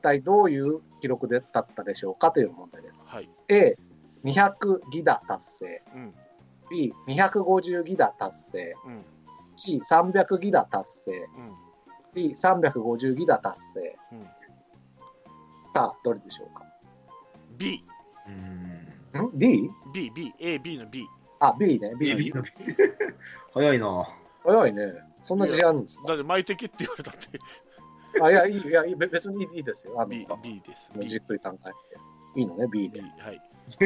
体どういう記録だったでしょうかという問題です。 はい。 A200 ギダ達成、 うん。 B250 ギダ達成、 うん。 C300 ギダ達成、 うん。 D350 ギダ達成。 うん。 さあ、どれでしょうか。 B。 D? B。A、B の B。 あ、B ね。B。 B の B 早いな。 早いね。そんな自信あるんですか。 だって前的って言われたって。 あ、いや、別にいいですよ。 B です。 じっくり考えて。いいのね、B で。 はい。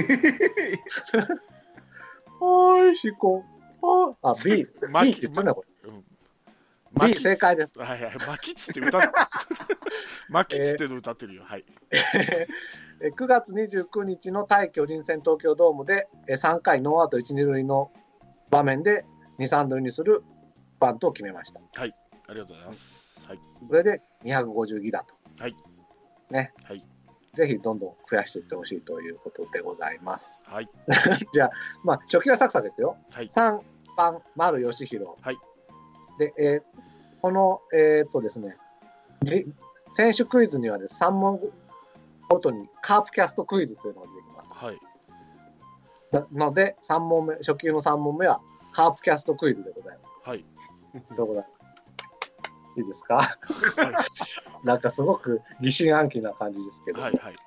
おいしこ。あ、B って言ってんだ、これ。B 正解です。 はいはい。マキッツって歌って、マキッツっての歌ってるよ。はい。 9月29日の対巨人戦東京ドームで3回ノーアウト1、2塁の場面で2、3塁にするバントを決めました。 はい。ありがとうございます。はい。 これで250ギダと。 はい。 ね。 はい。 ぜひどんどん増やしていってほしいということでございます。 はい。 じゃあ、初球はサクサクいくよ。 はい。 3番、丸義弘。 はい。 で、この、ですね、選手クイズにはです、3問ごとにカープキャストクイズというのが出てきます。 はい。 ので、3問目、初級の3問目はカープキャストクイズでございます。 はい。 どうございますいいですか、はい、なんかすごく疑心暗鬼な感じですけど、 はいはい。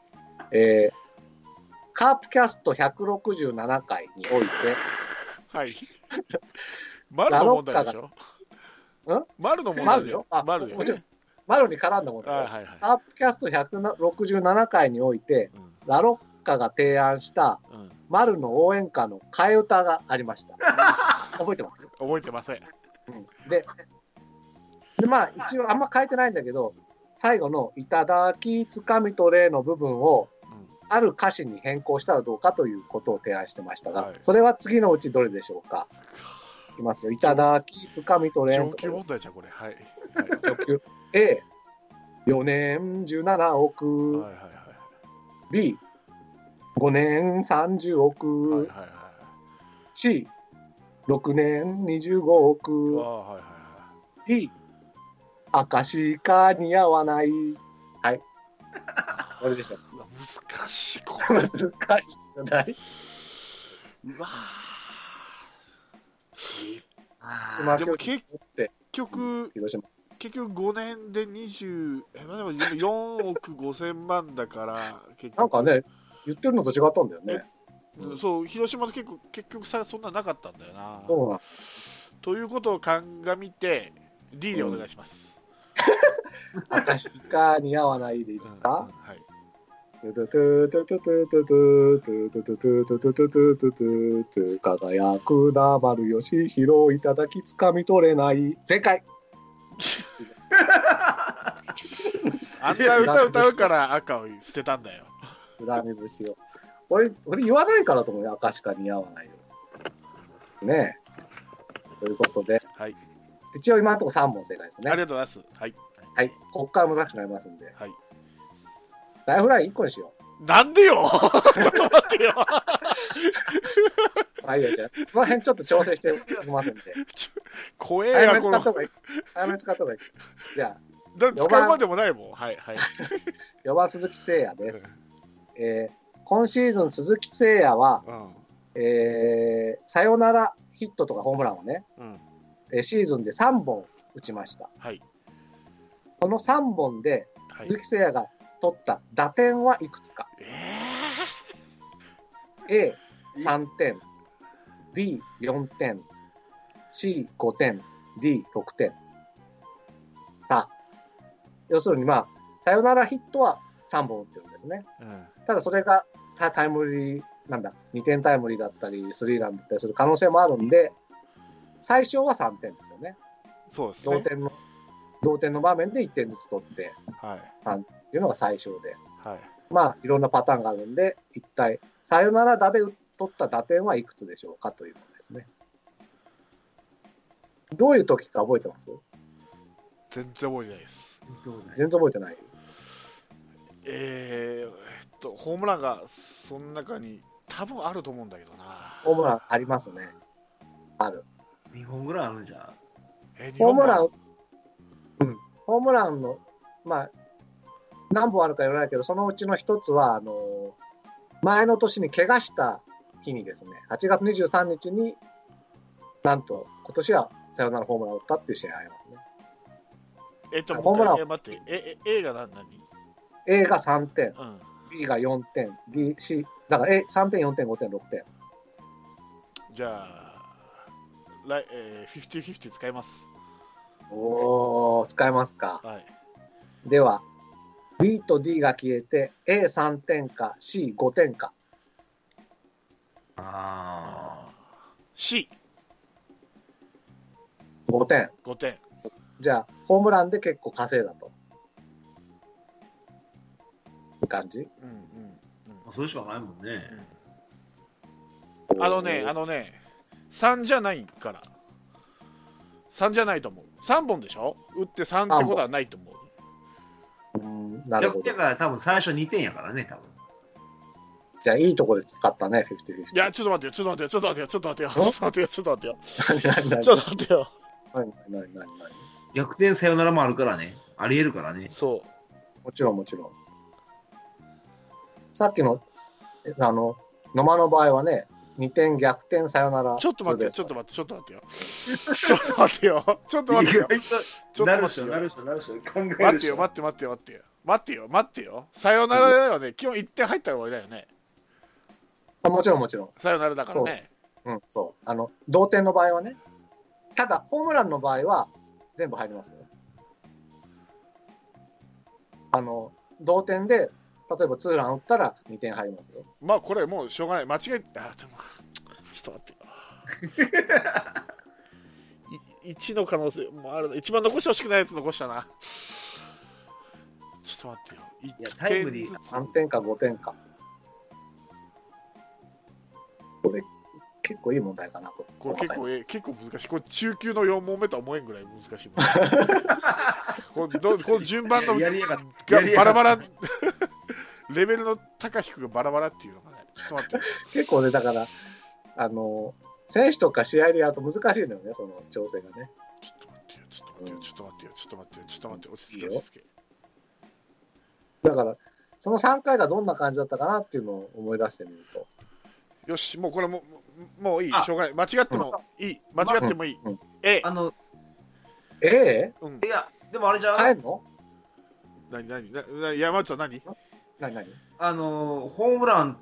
カープキャスト167回において、 はい。丸の問題でしょ。丸の問題でしょ。丸もちろん丸に絡んだもので、 はいはいはい、 カープキャスト167回において、ラロッカが提案した丸の応援歌の替え歌がありました。覚えてます？ 覚えてません。 で、一応あんま書いてないんだけど、最後のいただきつかみ取れの部分をある歌詞に変更したらどうかということを提案してましたが、それは次のうちどれでしょうか。いきますよ。いただきつかみ取れ。 上級問題じゃんこれ。はい。 上級。A、4年17億。 はいはいはい、 B、5年30億。 はいはいはい、 C、6年25億。 はいはいはい、 D、明石か似合わない。はい。これでした。 難しい。これ難しいじゃない。 うわでも結局5年で4億5千万だから結局なんかね言ってるのと違ったんだよね。 そう、広島と結局さそんななかったんだよな。 そうなということを鑑みて D でお願いします。 明石か似合わないでいいですか。はい。輝くな丸義弘いただきつかみ取れない正解。 あんな歌歌うから赤を捨てたんだよ。 恨み節を。俺言わないからと思うよ。明石か似合わないよ。ねえ。ということで、 はい、 一応今のところ3問正解ですね。 ありがとうございます。はい。 はい。ここから難しくなりますんで。 はい。 ライフライン1個にしよう。なんでよ。ちょっと待ってよ。 はい、じゃあこの辺ちょっと調整しておきますんで。 怖えやこの。早めに使った方がいい。じゃあ。 使うまでもないもん。はいはい。 4番鈴木誠也です。今シーズン鈴木誠也は、サヨナラヒットとかホームランをね、シーズンで3本打ちました。 はい。 この3本で鈴木誠也が取った打点はいくつか。A3 点、B4 点、C5 点、D6 点。さあ、要するにサヨナラヒットは3本打ってるんですね。ただそれがタイムリー、2点タイムリーだったり、スリーランだったりする可能性もあるんで、最小は3点ですよね。 そうですね。 同点の場面で1点ずつ取って、3っていうのが最小で。いろんなパターンがあるんで、一体、サヨナラ打で取った打点はいくつでしょうかというものですね。どういう時か覚えてます？ 全然覚えてないです。 全然覚えてない。 ホームランがその中に多分あると思うんだけどな。 ホームランありますね。ある。 2本ぐらいあるんじゃん。ホームランの、 何本あるか言わないけど、そのうちの一つは、前の年に怪我した日にですね、8月23日に、なんと、今年はサヨナラホームランを打ったっていう試合がありますね。ホームラン待って、A が何？ A が3点、 うん、 B が4点、D、C、だから A3 点、4点、5点、6点。 じゃあ、50-50使います。 おー、使えますか。 はい。 では、B と D が消えて、A3 点か C5 点か。 C。 5点。 5点。 じゃあ、ホームランで結構稼いだと。いう感じ？ それしかないもんね。 あのね、3じゃないから。3じゃないと思う。3本でしょ？打って3ってことはないと思う。 なるほど。 だから多分最初2点やからね、多分。 じゃあ、いいとこで使ったね、50-50。 いや、ちょっと待ってよ。ちょっと待ってよ。 何逆転サヨナラもあるからね。ありえるからね。 そう。 もちろん。さっきの、野間の場合はね、2点逆転サヨナラ。 ちょっと待ってよ。ちょっと待ってよ。 なるでしょ。考えるでしょ。 待ってよ。サヨナラだよね。基本1点入ったら終わりだよね。 もちろん。 サヨナラだからね。 そう。同点の場合はね。ただ、ホームランの場合は全部入りますよ。同点で、例えばツーラン打ったら2点入りますよ。 まあ、これもうしょうがない。間違え、でも、ちょっと待ってよ。1の可能性もあるな。一番残してほしくないやつ残したな。ちょっと待ってよ。 いや、タイムリー。 3点か5点か。これ、結構いい問題かな。 これ結構難しい。これ中級の4問目とは思えんぐらい難しいこの順番のバラバラレベルの高低がバラバラっていうのがね。ちょっと待って。 結構ね、だから、選手とか試合でやると難しいのよね、その調整がね。 ちょっと待って、落ち着け。 だから、その3回がどんな感じだったかなっていうのを思い出してみると。 よし、もうこれもういい。しょうがない。間違ってもいい。A。 A？ いや、でもあれじゃん。 変えんの？ 山内さん何？ ホームランって、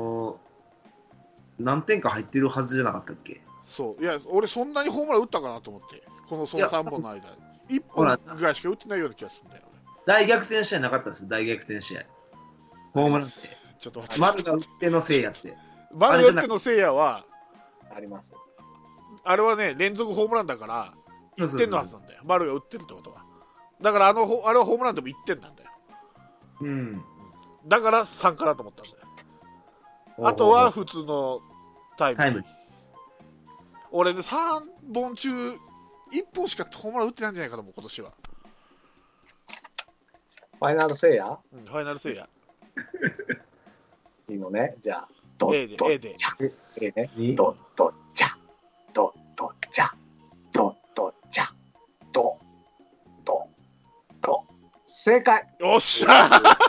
何点か入ってるはずじゃなかったっけ？ そう。いや、俺そんなにホームラン打ったかなと思って。その3本の間。1本ぐらいしか打ってないような気がするんだよ。 大逆転試合なかったです。大逆転試合。ホームランって。 ちょっと待って。 丸が打ってのせいやって。 丸が打ってのせいやは、 あります。 あれはね、連続ホームランだから、1点のはずなんだよ。丸が打ってるってことは。だからあれはホームランでも1点なんだよ。だから3かなと思ったんだよ。あとは普通のタイム。俺ね、3本中1本しかホームラン打ってないんじゃないかと思う、今年は。 ファイナルセイヤ？ ファイナルセイヤ。 いいのね。じゃあ、 A で。 A ね。ドチャ。正解。 よっしゃ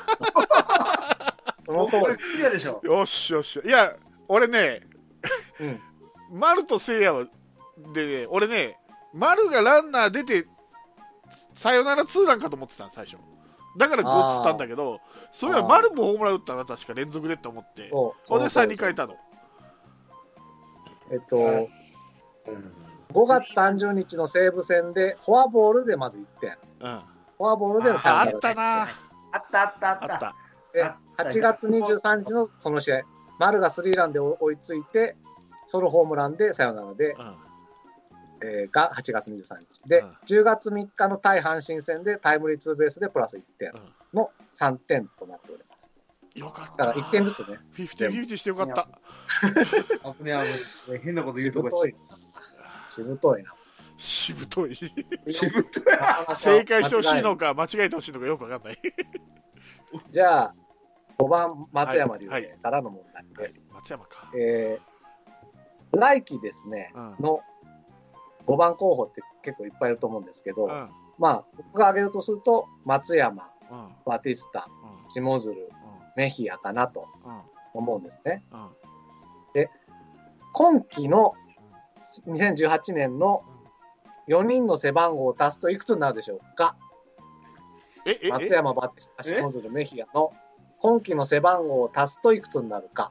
もうこれクリアでしょ。 よし。いや、俺ね、丸と聖夜でね、俺ね、丸がランナー出て、サヨナラツーランかと思ってたの、最初。だから5つったんだけど、それは丸もホームラン打ったな、確か連続でって思って、それで3に変えたの。 5月30日の西武戦で、フォアボールでまず1点。フォアボールでのサヨナラ。 あったな。 あった。 8月23日のその試合、丸がスリーランで追いついて、ソロホームランでサヨナラで、が8月23日で、10月3日の対阪神戦でタイムリーツーベースでプラス1点の3点となっております。 よかった。 だから1点ずつね。 50-50してよかった。 変なこと言うとこしぶといな。 しぶとい。正解してほしいのか間違えてほしいのかよくわかんない。 じゃあ5番松山龍平からの問題です。 松山か。 来季ですねの5番候補って結構いっぱいいると思うんですけど、まあ僕が挙げるとすると松山、 バティスタ、シモズル、メヒアかなと思うんですね。で、今季の2018年の4人の背番号を足すといくつになるでしょうか。松山、バティスタ、シモズル、メヒアの今季の背番号を足すといくつになるか。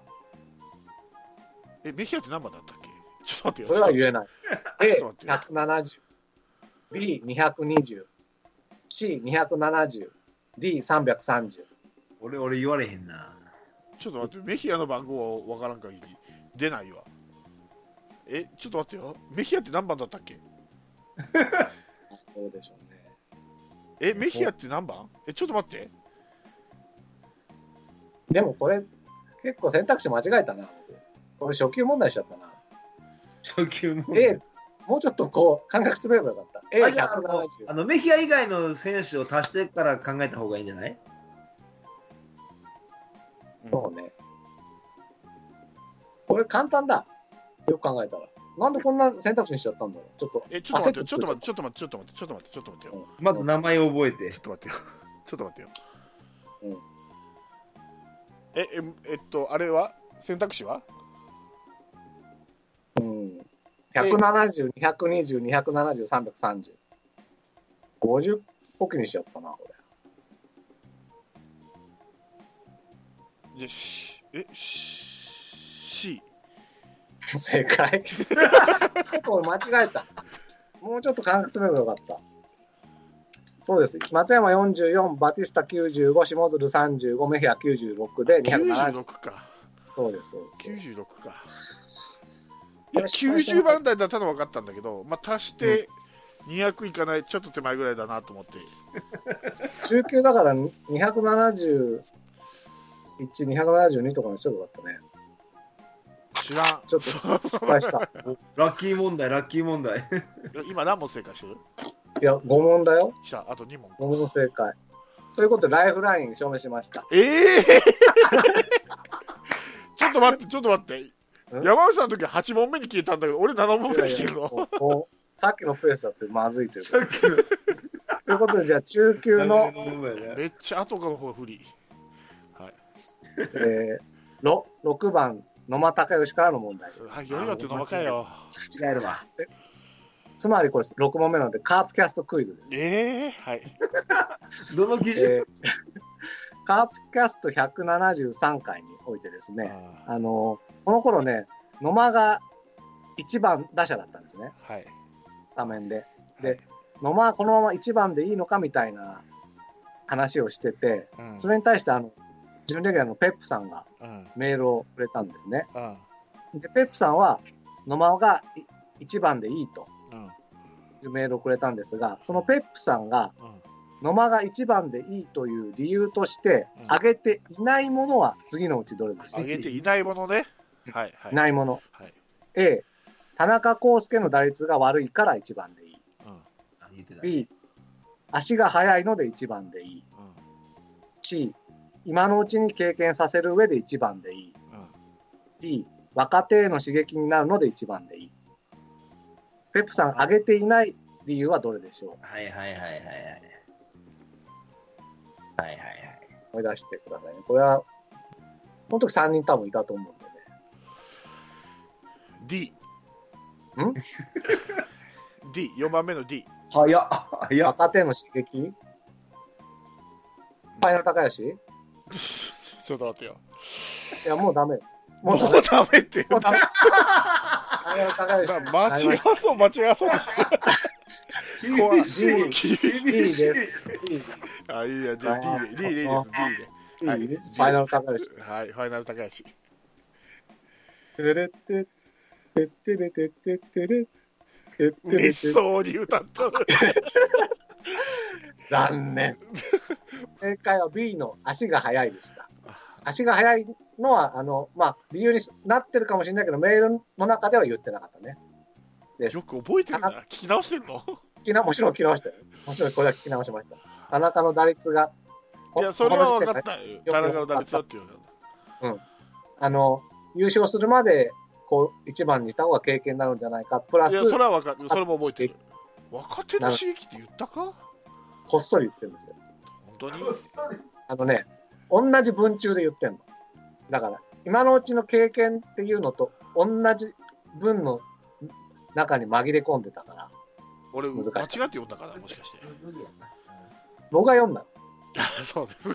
メヒアって何番だったっけ？ちょっと待ってよ。 それは言えない。A170、B220、C270、D330。 俺言われへんな。 ちょっと待って、メヒアの番号は分からん限り出ないわ。ちょっと待ってよ。メヒアって何番だったっけ？ そうでしょうね。 メヒアって何番？ちょっと待って。 でもこれ、結構選択肢間違えたな。これ初級問題しちゃったな。 初級問題。 もうちょっとこう、感覚詰めればよかった。 メヒア以外の選手を足してから考えた方がいいんじゃない？ そうね。これ簡単だ。よく考えたら。なんでこんな選択肢にしちゃったんだろう。ちょっと待ってよ。 まず名前を覚えて。 ちょっと待ってよ。あれは選択肢は 170、220、270、330。50ポキにしちゃったな、これ。 よし。C。 正解。結構間違えた。もうちょっと感覚詰めればよかった。そうです。松山44、バティスタ95、シモズル35、メヒア96で 270。96か。 そうです。 96か。いや、90番台だったのは分かったんだけど、足して200いかない、ちょっと手前ぐらいだなと思って。 中級だから271、272とかにしとけばよかったね。 知らん。 ちょっと失敗した。 ラッキー問題。 今何問正解してる？ いや、5問だよ。 あと2問。 5問正解。ということで、ライフライン証明しました。 ちょっと待って。山内さんの時は8問目に消えたんだけど、俺7問目に消えるの？ さっきのペースだってまずいということで。ということで、じゃあ中級のめっちゃ後からの方が不利。はい。 6番、野間隆義からの問題。 はい、よりがって野間かよ。 間違えるわ。 つまりこれ6問目なので、カープキャストクイズです。はい。 どの基準？ カープキャスト173回においてですね、この頃ね、野間が1番打者だったんですね。 はい。 スタメンで。で、野間はこのまま1番でいいのかみたいな話をしてて、それに対して準レギュラーのペップさんがメールをくれたんですね。で、ペップさんは野間が1番でいいというメールをくれたんですが、そのペップさんが野間が1番でいいという理由として挙げていないものは次のうちどれですか？ 挙げていないものね。はい。 いないもの。 はい、 A、田中康介の打率が悪いから1番でいい。B、足が速いので1番でいい。C、今のうちに経験させる上で1番でいい。D、若手への刺激になるので1番でいい。ペップさん挙げていない理由はどれでしょう？ はい。 思い出してくださいね。これは、この時3人多分いたと思うんでね。 D。D、4番目の D。 早っ。 若手の刺激？ファイナル高吉？ ちょっと待ってよ。 いや、もうダメ。 もうダメって言う。間違わそうとして。 厳しい。 あ、いいや、D で。 ファイナル高吉。 はい、ファイナル高吉。嬉しそうに歌ったの。 残念。正解は B の足が速いでした。足が速いのは、理由になってるかもしれないけど、メールの中では言ってなかったね。 よく覚えてるな。聞き直してるの？ もちろん聞き直したよ。もちろんこれは聞き直しました。田中の打率が。 いや、それは分かったよ。田中の打率だっていうの。優勝するまで、1番にした方が経験になるんじゃないか。プラス。 いや、それは分かる。それも覚えてる。若手の刺激って言ったか？ こっそり言ってるんですよ。 本当に同じ文中で言ってんの。だから、今のうちの経験っていうのと同じ文の中に紛れ込んでたから。 俺、間違って読んだから、もしかして。 僕が読んだ。 そうです。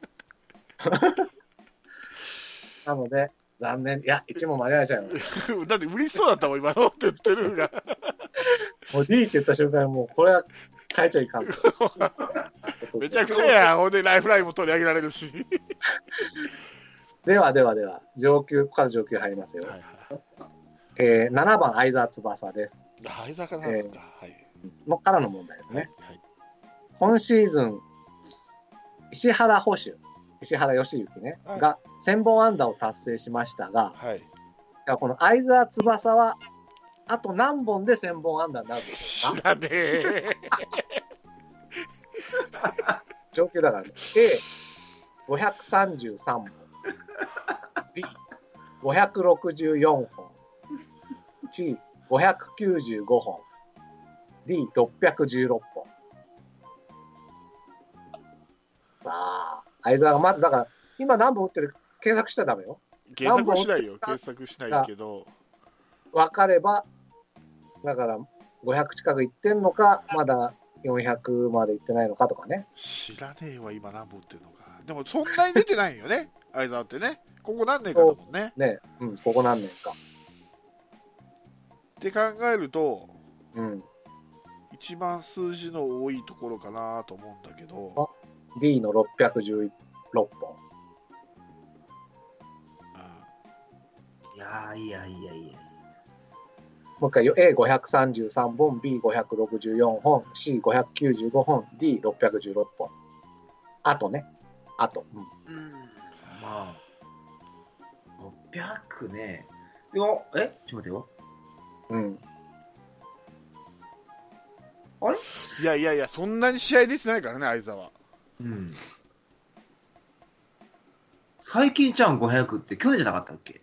なので、残念。いや、1問間違えちゃいます。だって嬉しそうだったもん、今のって言ってるが。 もう D って言った瞬間に、もうこれは変えちゃいかん。 めちゃくちゃやん。ほんで、ライフラインも取り上げられるし。 では、上級、ここから上級入りますよ。はいはい、7番、相沢翼です。 相沢かな、はい。 からの問題ですね。はいはい、今シーズン、石原捕手、石原良幸ね、はい、が1000本安打を達成しましたが、はい、この相沢翼は、あと何本で1000本安打になるんですか？ 知らねえ。 上級だからね。A533 本。B564 本。C595 本。D616 本。さあ、相沢がまず、だから、今何本打ってる検索したらダメよ。 検索しないよ。検索しないけど。 分かれば、だから500近くいってんのか、まだ400までいってないのかとかね。 知らねえわ、今何本打ってるのか。でもそんなに出てないよね、相沢ってね。ここ何年かだもんね。 ね、うん、ここ何年か。 って考えると、 うん、 一番数字の多いところかなと思うんだけど。 D の616本。 いや。 もう一回よ、A533 本、B564 本、C595 本、D616 本。あとね。あと。 まあ、600ね。でも、ちょっと待てよ。 うん。 あれ？ いや、そんなに試合出てないからね、相沢。 うん。最近ちゃん500って去年じゃなかったっけ？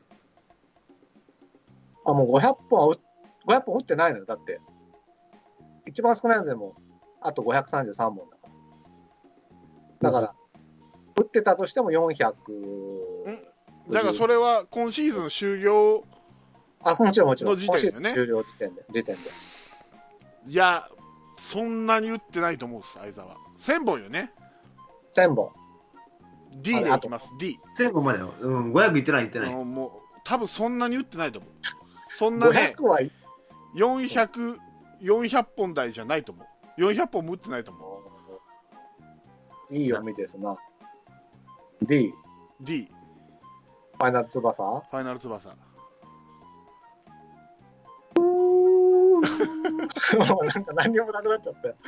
もう500本打ってないのよ。だって。一番少ないのでも、あと533本だから。だから、打ってたとしても400。 だからそれは今シーズン終了もちろん。 の時点でね。 終了時点で。 いや、そんなに打ってないと思うっす、相沢。1000本よね。 1000本。 D でいきます、D。 1000本までよ。500いってない。 もう、多分そんなに打ってないと思う。そんなね、400本台じゃないと思う。400本も打ってないと思う。いい読みですな。D。ファイナル翼。なんか何にもなくなっちゃったよ。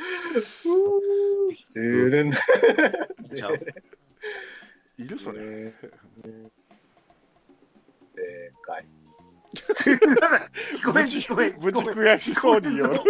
いるそれ。 正解。 ごめん。無事悔しそうに言う。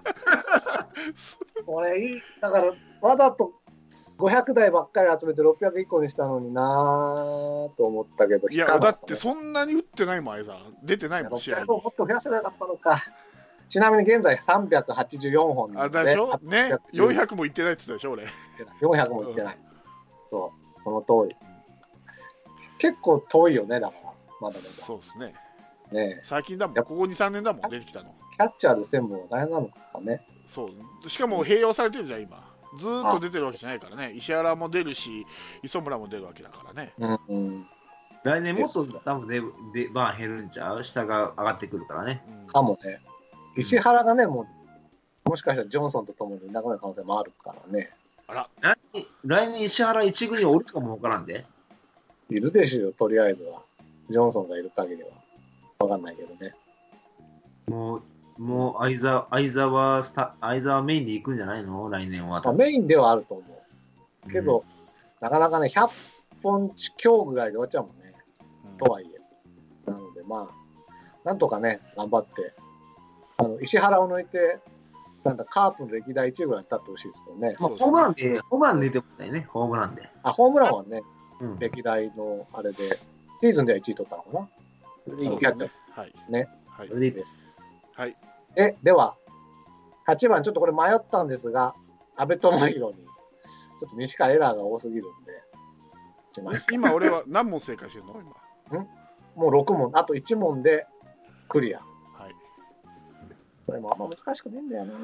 これいい。だからわざと500台ばっかり集めて600以降にしたのになぁと思ったけど。 いや、だってそんなに打ってないもん、相沢。出てないもん、試合に。 600をもっと増やせなかったのか。ちなみに現在384本なんで。でしょね。400もいってないって言ったでしょ、俺。 400もいってない。そう、その通り。結構遠いよね、だから。まだ。 そうですね。 ね、 最近だもん、ここ2、3年だもん、出てきたの。 キャッチャーで1000本は大変なのですかね。 そう。しかも併用されてるじゃん、今。ずーっと出てるわけじゃないからね。石原も出るし、磯村も出るわけだからね。 来年もっと多分バーン減るんちゃう？下が上がってくるからね。 かもね。石原がね、もしかしたらジョンソンとともにいなくなる可能性もあるからね。 あら。 来年石原一軍におるかもわからんで。 いるでしょ、とりあえずは。ジョンソンがいる限りは。わかんないけどね。 もう相沢メインで行くんじゃないの？来年は。 メインではあると思う。けど、なかなかね、100本強ぐらいで終わっちゃうもんね。とはいえ。なので、まあ、なんとかね、頑張って、石原を抜いて、カープの歴代1位ぐらいに立ってほしいですけどね。 まあ、ホームランで出てもらったよね、ホームランで。 ホームランはね、歴代のあれで、シーズンでは1位取ったのかな。 はい。 ね。 はい。 それでいいです。 はい。 では、8番、ちょっとこれ迷ったんですが、阿部智弘に、ちちょっと西川エラーが多すぎるんで。 今俺は何問正解してるの今。 もう6問、あと1問でクリア。 はい。 これもあんま難しくねえんだよな。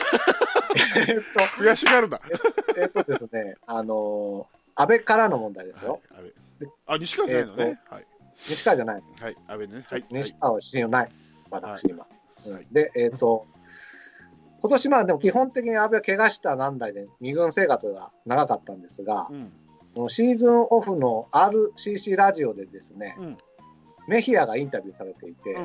悔しがるな。 ですね、安倍からの問題ですよ。 はい、あ、西川じゃないのね。はい。 西川じゃない。 はい、安倍ね。はい。 西川は信用ない。私今。で、今年まあでも基本的に安倍は怪我した難題で2軍生活が長かったんですが、シーズンオフの RCC ラジオでですね、メヒアがインタビューされていて、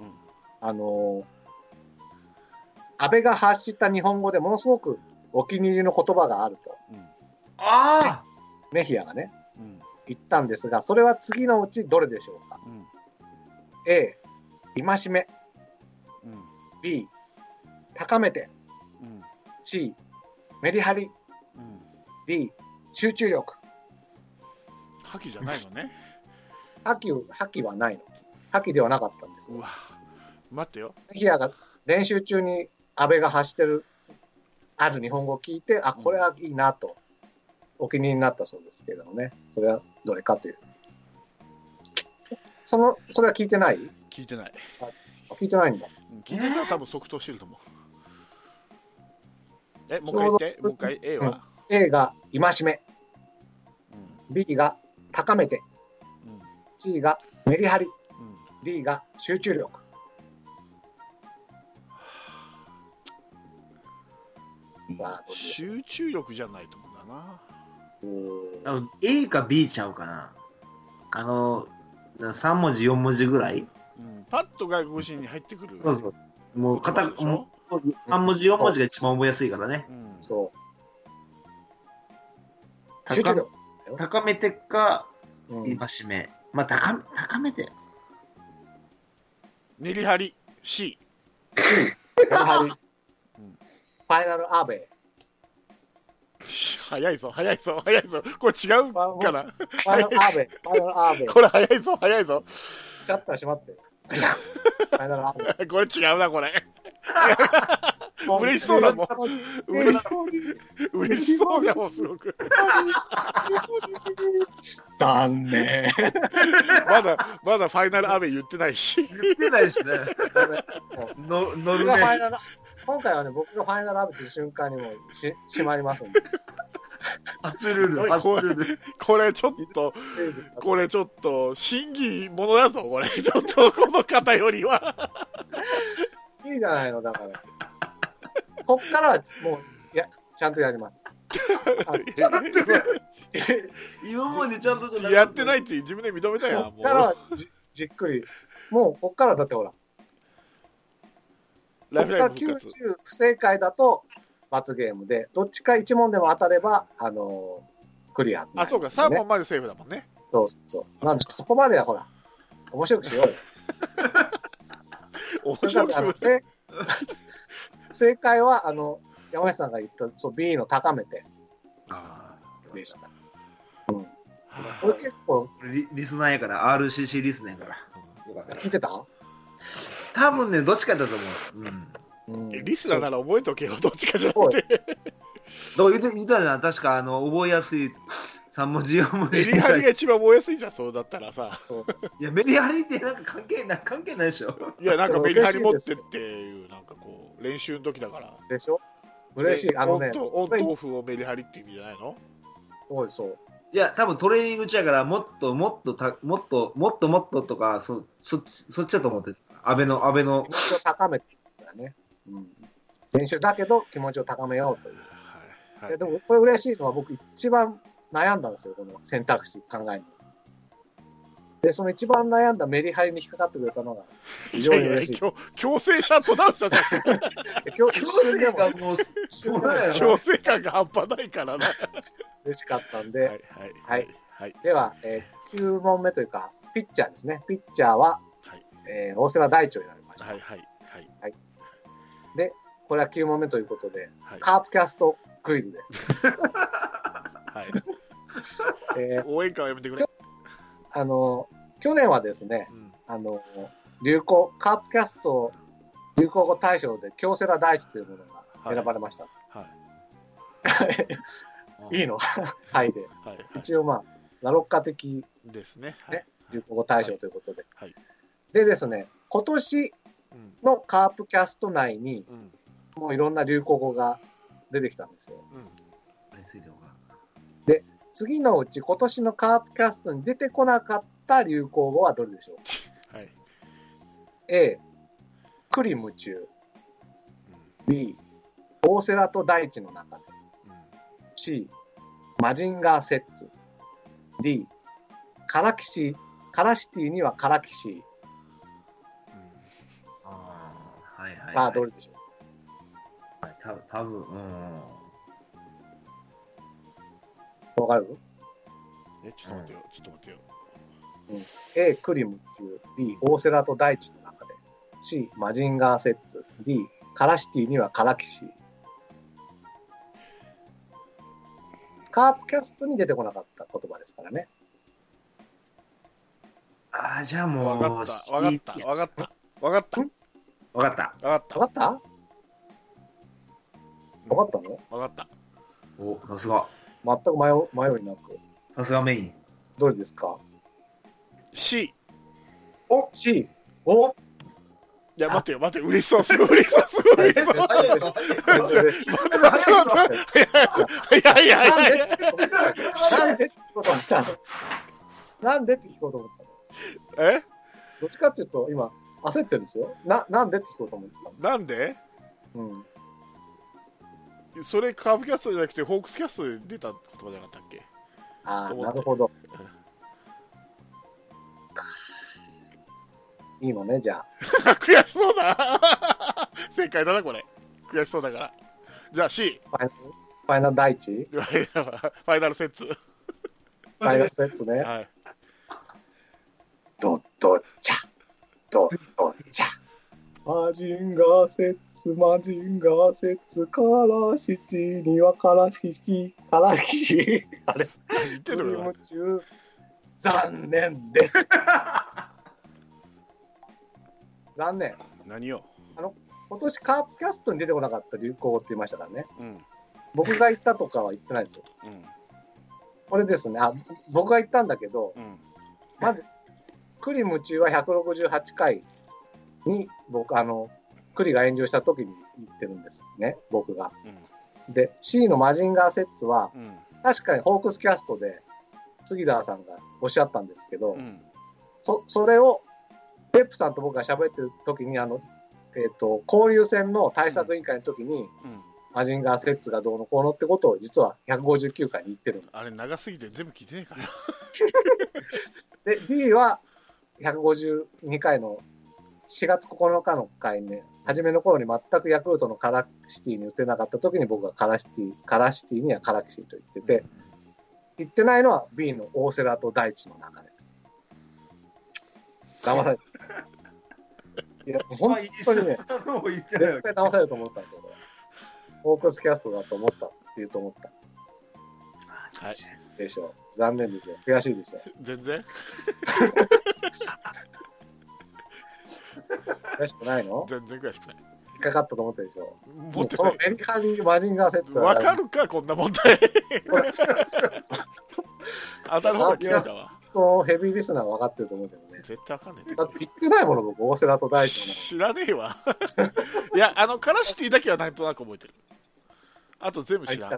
安倍が発した日本語でものすごくお気に入りの言葉があると、メヒアがね、言ったんですが、それは次のうちどれでしょうか。A、戒め。B、高めて。C、メリハリ。D、集中力。 覇気じゃないのね。 覇気はないの。覇気ではなかったんです。 うわ、待ってよ。 メヒアが練習中に安倍が発してるある日本語を聞いて、あ、これはいいなと、お気に入りになったそうですけれどもね。それはどれかという。それは聞いてない？ 聞いてない。 聞いてないんだ。 聞いてたら多分即答してると思う。もう一回言って。もう一回 A は、 A が戒め。B が高めて。C がメリハリ。D が集中力。 集中力じゃないと思うんだな。 A か B ちゃうかな。3文字4文字ぐらい、 パッと外国人に入ってくる。 そうそう。もう3文字4文字が一番覚えやすいからね。 そう。 高めてか戒め。まあ高めて。 メリハリ C。 メリハリ。ファイナルアベ。 早いぞ。これ違うかな。 ファイナルアベ。 これ早いぞ。 シャッター閉まって。ファイナルアベ。 これ違うな、これ。嬉しそうだもん。嬉しそうだもん、すごく。 残念。 まだファイナルアベ言ってないし。 言ってないしね。乗るね。 今回はね、僕がファイナルアベっていう瞬間にも閉まりますんで。 初ルール。 これちょっと、審議ものだぞ、これ。ちょっと、この方よりは。 いいじゃないの、だから。こっからはもう、ちゃんとやります。 今までちゃんとやってないって自分で認めたやん。 こっからはじっくり。もう、こっからだってほら。こっから90不正解だと罰ゲームで、どっちか1問でも当たれば、クリア、ね。 あ、そうか、3問までセーフだもんね。 そう。なんで、そこまではほら、面白くしようよ。 面白くしよう。 正解は、山下さんが言った、B の高めてでした。これ結構リスナーやから、RCC リスナーやから。よかった。 聞いてた？ 多分ね、どっちかだと思う。 リスナーなら覚えとけよ、どっちかじゃなくて。 どう言ってたじゃん、確か覚えやすい3文字4文字。 メリハリが一番覚えやすいじゃん、そうだったらさ。 いや、メリハリってなんか関係ないでしょ。 いや、なんかメリハリ持ってっていう、なんかこう、練習の時だから。 でしょ？嬉しい。 オンとオフをメリハリって意味じゃないの？ そう。 いや、多分トレーニング中やから、もっととか、そっちだと思ってた。安倍の。気持ちを高めてだね。練習だけど気持ちを高めようという。でも、これ嬉しいのは僕一番悩んだんですよ、この選択肢考えるの。で、その一番悩んだメリハリに引っかかってくれたのが非常に嬉しい。 強制シャットダウンしたじゃん。強制感が半端ないからな。 嬉しかったんで、では、9問目というか、ピッチャーですね。ピッチャーは、大瀬良大地を選びました。で、これは9問目ということで、カープキャストクイズです。 応援歌はやめてくれ。 去年はですね、カープキャスト流行語大賞で京セラ大地というものが選ばれました。 いいのはいで、 はいはい、 一応まあラロッカ的ですね。 ね、流行語大賞ということで、 はいはい、 でですね、今年のカープキャスト内に、もういろんな流行語が出てきたんですよ。で、次のうち今年のカープキャストに出てこなかった流行語はどれでしょう？はい、A、栗夢中。B、大瀬良と大地の中で。C、マジンガー摂津。D、カラシティにはカラキシー。 はいはい。 さあ、どれでしょう？多分、 わかる？ ちょっと待ってよ、ちょっと待ってよ。 A、栗夢中。B、大瀬良と大地の中で。C、マジンガー摂津。D、カラシティにはカラキシー。カープキャストに出てこなかった言葉ですからね。 じゃあもう。 わかった。わかった。わかった。わかった。 わかった。 わかったわかったの？ わかった。 お、さすが。 全く迷いなく。 さすがメイン。 どれですか？ C。 お、C。お、 いや、待ってよ、待って、嬉しそう、すごい嬉しそう、すごい嬉しそう。いや、 なんでって聞こうと思ったの？なんでって聞こうと思ったの？どっちかっていうと、今、焦ってるんですよ。なんでって聞こうと思ったの？ なんで？それ、カープキャストじゃなくて、ホークスキャストで出た言葉じゃなかったっけ？ なるほど。いいのね、じゃあ。悔しそうだ。正解だな、これ。悔しそうだから。じゃあ C。 ファイナル第一？ ファイナルセッツ。 ファイナルセッツね。はい。ドッチャ。ドッチャ。マジンガーセッツ、マジンガーセッツ、カラシティにはカラキシ。あれ言ってるの？ 残念です。残念。 何よ。 今年カープキャストに出てこなかった流行語って言いましたからね。僕が言ったとかは言ってないですよ。これですね。僕が言ったんだけど、まず、栗夢中は168回に僕、栗が炎上した時に言ってるんですね、僕が。で、C のマジンガーセッツは、確かにホークスキャストで杉田さんがおっしゃったんですけど、それをペップさんと僕が喋ってる時に交流戦の対策委員会の時に、マジンガーセッツがどうのこうのってことを実は159回に言ってるんです。 あれ長すぎて全部聞いてねえからで D は152回の4月9日の回ね、初めの頃に全くヤクルトのカラシティに打てなかった時に僕がカラシティにはカラキシーと言ってて、言ってないのは B の大瀬良と大地の中で。騙された。いや、本当にね、絶対騙されると思ったんですよ。ホークスキャストだと思ったって言うと思った。はい。でしょう。残念ですよ。悔しいでしょ。 全然。 悔しくないの？ 全然悔しくない。 引っかかったと思ったでしょ。もうこのメリカンマジンガーセッツは。わかるか、こんな問題。当たる方が嫌いだわ。 ヘビーリスナーは分かってると思うけどね。 絶対分かんない。 だって言ってないもの、僕、大瀬良と大地の。 知らねえわ。いや、カラシティだけはなんとなく覚えてる。あと全部知らん。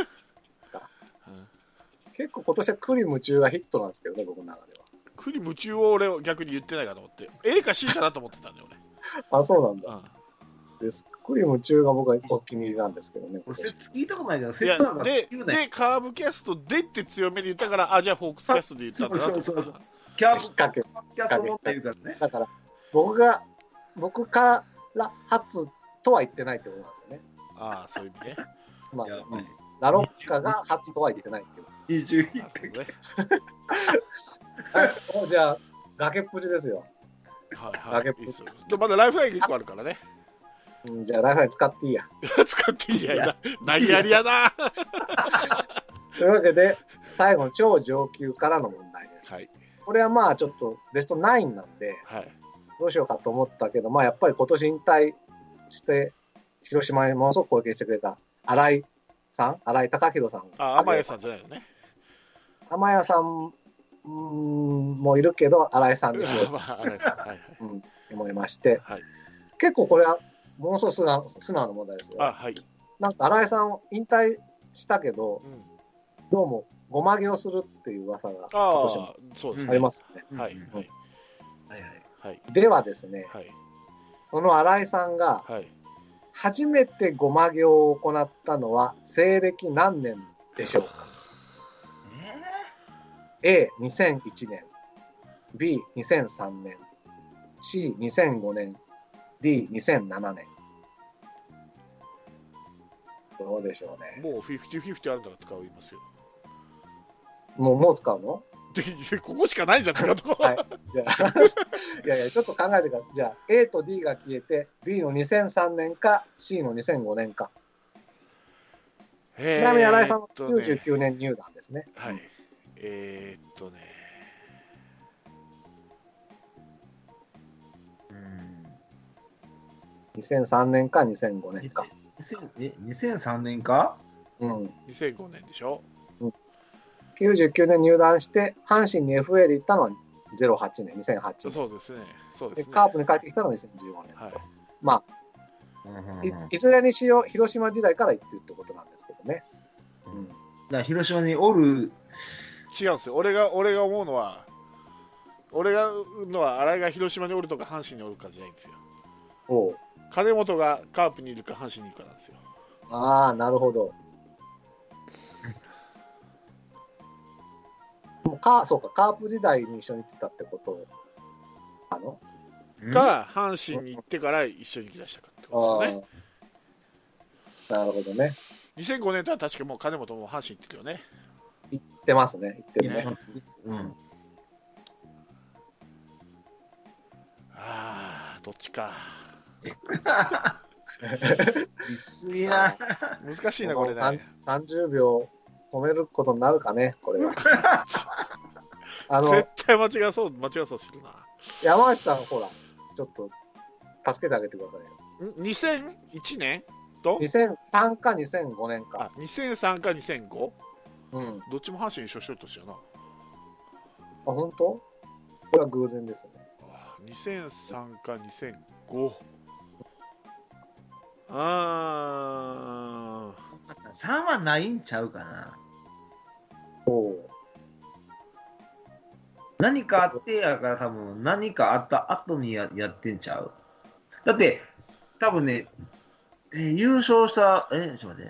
結構今年は栗夢中がヒットなんですけどね、僕の中では。 栗夢中を俺逆に言ってないかと思って。A か C かなと思ってたんだよ、 俺。そうなんだ。栗夢中が僕はお気に入りなんですけどね。 聞いたことないけど、説なんだで、カーブキャストでって強めに言ったから、じゃあフォークスキャストで言ったんだなと。 そう。キャスト持って言うからね。 だから、僕から初とは言ってないってことなんですよね。 そういう意味ね。 まあ、ラロッカが初とは言ってないけど。 21回。 じゃあ、崖っぷちですよ。 崖っぷち。まだライフライン1個あるからね。 じゃあライフライン使っていいや。 使っていいや。何やりやな。 というわけで、最後の超上級からの問題です。これはまあちょっとベスト9なんで、どうしようかと思ったけど、まあやっぱり今年引退して、広島にものすごく貢献してくれた新井さん、新井貴弘さん。 天谷さんじゃないよね。 天谷さんもいるけど、新井さんでしょう。 新井さん。はいはい。 思いまして。 はい。 結構これは、ものすごく素直な問題ですよ。 はい。 なんか新井さん引退したけど、どうもごまげをするっていう噂が今年もありますよね。 はいはい。ではですね、その新井さんが初めてごまげを行ったのは西暦何年でしょうか。A2001 年、B2003 年、C2005 年、D2007 年。どうでしょうね。 もう50-50あるんだから使いますよ。 もう使うの？ ここしかないじゃんってこと。 はい。じゃあいやちょっと考えてから。じゃあ A と D が消えて B の2003年か C の2005年か。ちなみに新井さんは99年入団ですね。 はい。 2003年か2005年か。 2003年か 2005年でしょ。 99年入団して阪神に FA で行ったのは08年、2008年。 そうですね。 カープに帰ってきたのは2015年。まあ、いずれにしよう、広島時代から行ってるってことなんですけどね。 だから広島におる。 違うんですよ。俺が思うのは、新井が広島におるとか阪神におるかじゃないんですよ。金本がカープにいるか阪神にいるかなんですよ。 ああ、なるほど。そうか、カープ時代に一緒に行ってたってことか、阪神に行ってから一緒に行きだしたかってことですね。 なるほどね。 2005年とは確かもう金本も阪神行ってるよね。 行ってますね。行ってるね。 どっちか。 いいな。 難しいな、これね。 30秒褒めることになるかね、これは。 絶対間違そうするな。 山内さん、ほら、ちょっと助けてあげてくださいよ。 2001年と 2003か2005年か。 2003か 2005？ どっちも阪神優勝しようとしたな。 本当？これは偶然ですね。 2003か2005。 3はないんちゃうかな。何かあってやから多分何かあった後に やってんちゃう。だって多分ね、優勝したちょっと待って、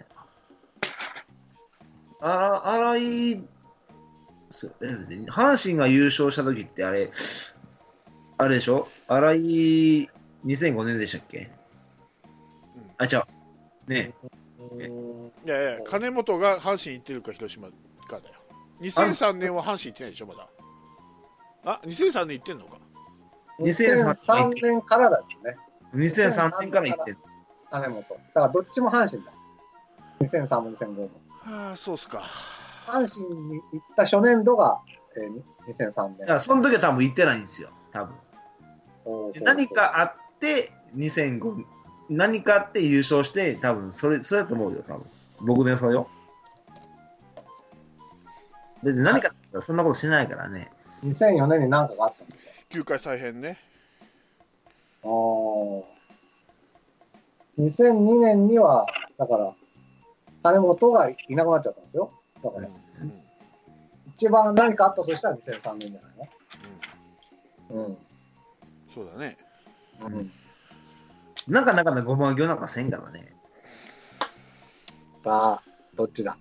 新井、阪神が優勝した時ってあれでしょ。新井2005年でしたっけ？違うね。 いや金本が阪神行ってるか広島かだよ。2003年は阪神行ってないでしょまだ。2003年行ってんのか。 2003年からですね。 2003年から行ってる。 金本。だからどっちも阪神だ。2003も2005も。 そうっすか。 阪神に行った初年度が、2003年。 だからその時は多分行ってないんですよ。多分。何かあって2005、何かあって優勝して多分それだと思うよ。多分僕の予想よ。で何かそんなことしないからね。 2004年に何かがあったんですか。 球界再編ね。 2002年にはだから金本がいなくなっちゃったんですよ。だから、一番何かあったとしたら2003年じゃないの。 そうだね。 なかなかごま行なんかせんからね。 どっちだ。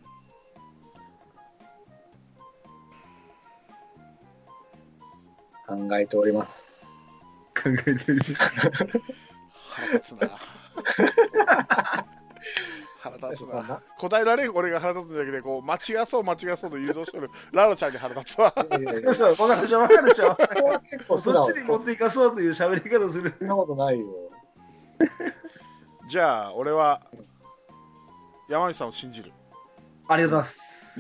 考えております。 腹立つな。腹立つな。答えられる俺が腹立つんだけど、こう間違そうと誘導してるラロちゃんに腹立つわ。 そう、分かるでしょ。そっちに持っていかそうという喋り方する。 そんなことないよ。 じゃあ俺は山内さんを信じる。 ありがとうございます。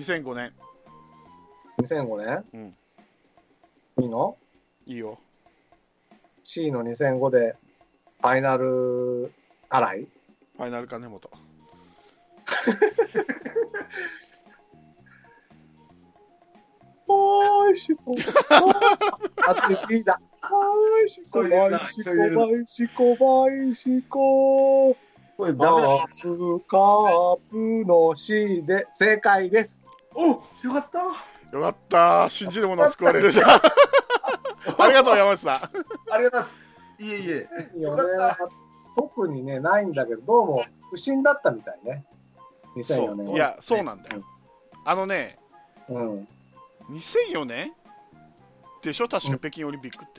2005年。 2005年？いいの？ いいよ。 C の2005でファイナル新井？ ファイナル金本。 バイシコ。初めて聞いた。バイシコ、バイシコ、バイシコ、バイシコ。 これダメだ。 カープの C で正解です。 お、よかった。 よかった。信じる者は救われるじゃん。ありがとう、山内さん。 ありがとうございます。いえいえ。よかった。 特にね、ないんだけど、どうも不審だったみたいね。2004年。 いや、そうなんだよ。 うん、 2004年でしょ、確か北京オリンピックって。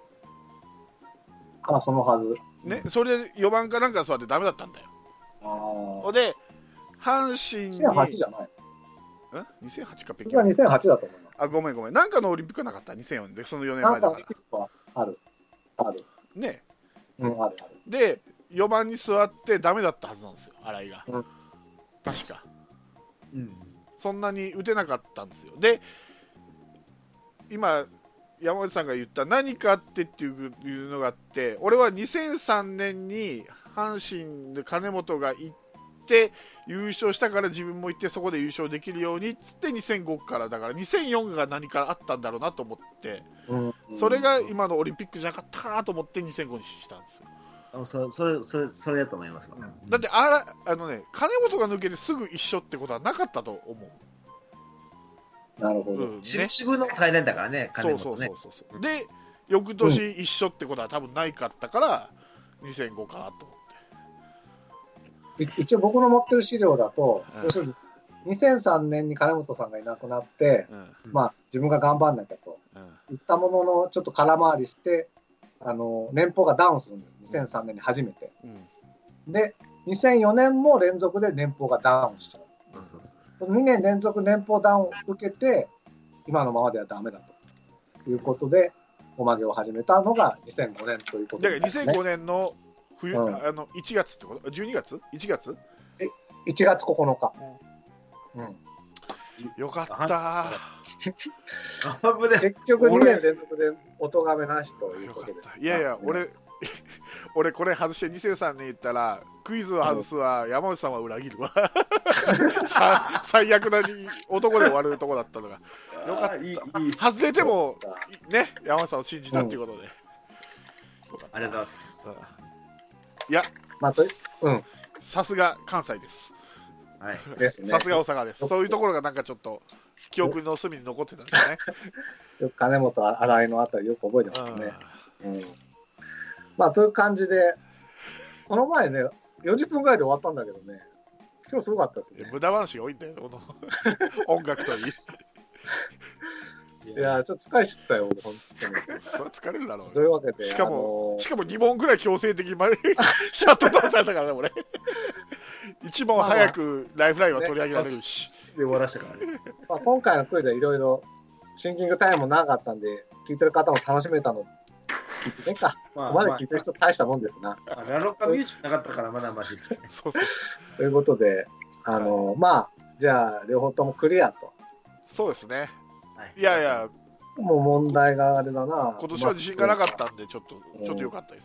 あ、そのはず。 ね、それで4番かなんか座ってダメだったんだよ。 ああ。 で、阪神に。 2008じゃない。 2008か北京。 僕は2008だと思います。 あ、ごめん。なんかのオリンピックはなかった、2004年で、その4年前だから。なんかのオリンピックはある。 ね。 うん、ある。 で、4番に座ってダメだったはずなんですよ、新井が。確か。そんなに打てなかったんですよ。で、今、山内さんが言った何かっていうのがあって、俺は2003年に阪神で金本が行って優勝したから自分も行ってそこで優勝できるようにっつって2005からだから2004が何かあったんだろうなと思って、それが今のオリンピックじゃなかったかなと思って2005にしたんですよ。 それだと思います。 だって金本が抜けてすぐ一緒ってことはなかったと思う。 なるほど。 渋の最年だからね、金本ね。 そう。で、翌年一緒ってことは多分ないかったから、2005かなと思って。一応僕の持ってる資料だと、要するに2003年に金本さんがいなくなって、まあ自分が頑張んなきゃと言ったものの、ちょっと空回りして、年俸がダウンするんです。2003年に初めて。で、2004年も連続で年俸がダウンしちゃう。2年連続年俸ダウンを受けて、今のままではダメだということで、おまげを始めたのが2005年ということで、ね。 だから2005年の冬、1月ってこと ?12 月 ?1 月 ?1 月9日。 よかった。 結局2年連続でお咎めなしということで。 いやいや、俺これ外して2003年言ったらクイズを外すわ、山内さんは裏切るわ。最悪な男で終わるとこだったのがよかった。外れてもね、山内さんを信じたっていうことで、 ありがとうございます。 いや、さすが関西です。さすが大阪です。そういうところがなんかちょっと記憶の隅に残ってたんですね。 よく金本新井のあたりよく覚えてますね。まあという感じで、この前ね、40分ぐらいで終わったんだけどね、今日すごかったですね。 無駄話が多いんだよ、この音楽といい。 いや、ちょっと疲れちゃったよ、本当に。 それ疲れるだろう。 というわけで、 しかも2問ぐらい強制的にシャットダウンされたからね、俺。1問早くライフラインは取り上げられるし。 で終わらせたからね。 今回のクイズはいろいろシンキングタイムも長かったんで、聞いてる方も楽しめたの。ねか、まだ聞いてる人大したもんですな。 ラロッカミュージックなかったからまだマシですね。 ということで、まあ、じゃあ、両方ともクリアと。 そうですね。いやいや、 もう問題があれだな。 今年は自信がなかったんで、ちょっと良かったです。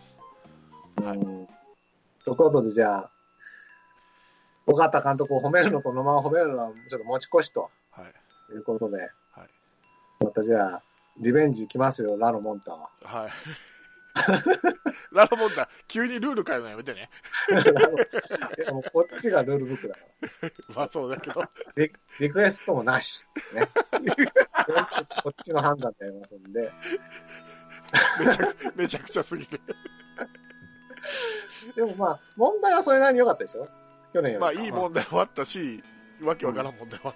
ということで、じゃあ、尾形監督を褒めるのと野間を褒めるのはちょっと持ち越しと。いうことで、またじゃあ、リベンジいきますよ、ラロモンタは。 はい。ラロモンタ、急にルール変えるのやめてね。 もうこっちがルールブックだから。 まあそうだけど。 リクエストもなし。ね、こっちの判断でやりますんで。 めちゃくちゃすぎる。 でもまあ、問題はそれなりに良かったでしょ、去年より。 まあいい問題もあったし、わけわからん問題もあった。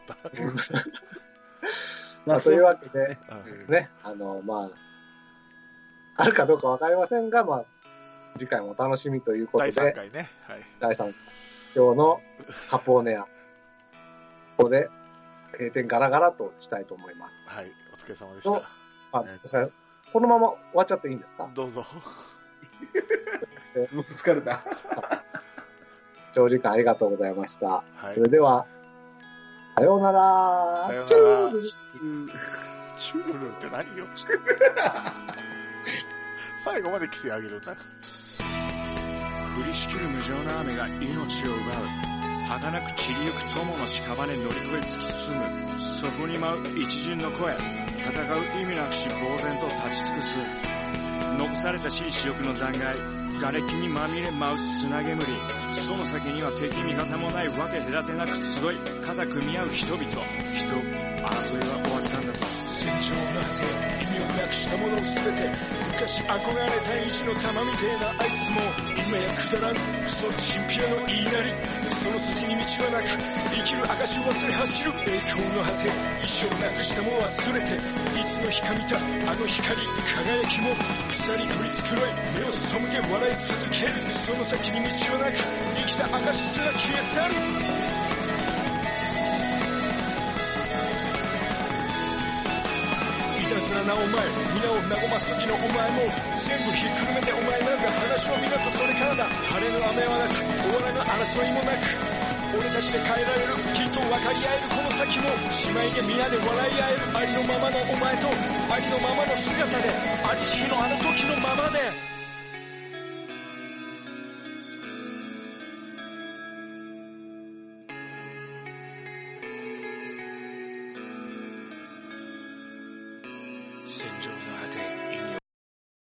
まあ、というわけで、ね、まあ、あるかどうかわかりませんが、まあ、次回もお楽しみということで、 第3回ね。はい。 第3今日のカポーネア、ここで閉店ガラガラとしたいと思います。 はい、お疲れ様でした。 このまま終わっちゃっていいんですか？ どうぞ。 もう疲れた。 長時間ありがとうございました。 はい、 それでは、さようなら。 さようなら。チュールルって何よ。最後まで規制上げるんだ。 降りしきる無情な雨が命を奪う。 儚く散りゆく友の屍乗り越え突き進む。そこに舞う一陣の声、戦う意味なくし呆然と立ち尽くす。残された私利私欲の残骸、瓦礫にまみれ舞う砂煙。その先には敵味方もないわけ隔てなく集い肩組み合う人々。争いは終わったんだと。戦場の果て、意味をなくしたものを全て、昔憧れた意地の玉みてえなあいつも今やくだらんクソチンピラの言いなり。その筋に道はなく生きる証を忘れ走る。栄光の果て、一生なくしたもの忘れて、いつの日か見たあの光輝きも草に取り繕い目を背け笑い続ける。その先に道はなく生きた証すら消え去る。いたずらなお前、皆を和ます時のお前も全部ひっくるめてお前なんだ。話は皆とそれからだ。晴れの雨はなく終わらぬ争いもなく、俺たちで変えられる、きっと分かり合えるこの先も。姉妹で皆で笑い合える、ありのままのお前とありのままの姿で、ありし日のあの時のままで。戦場の果て、意味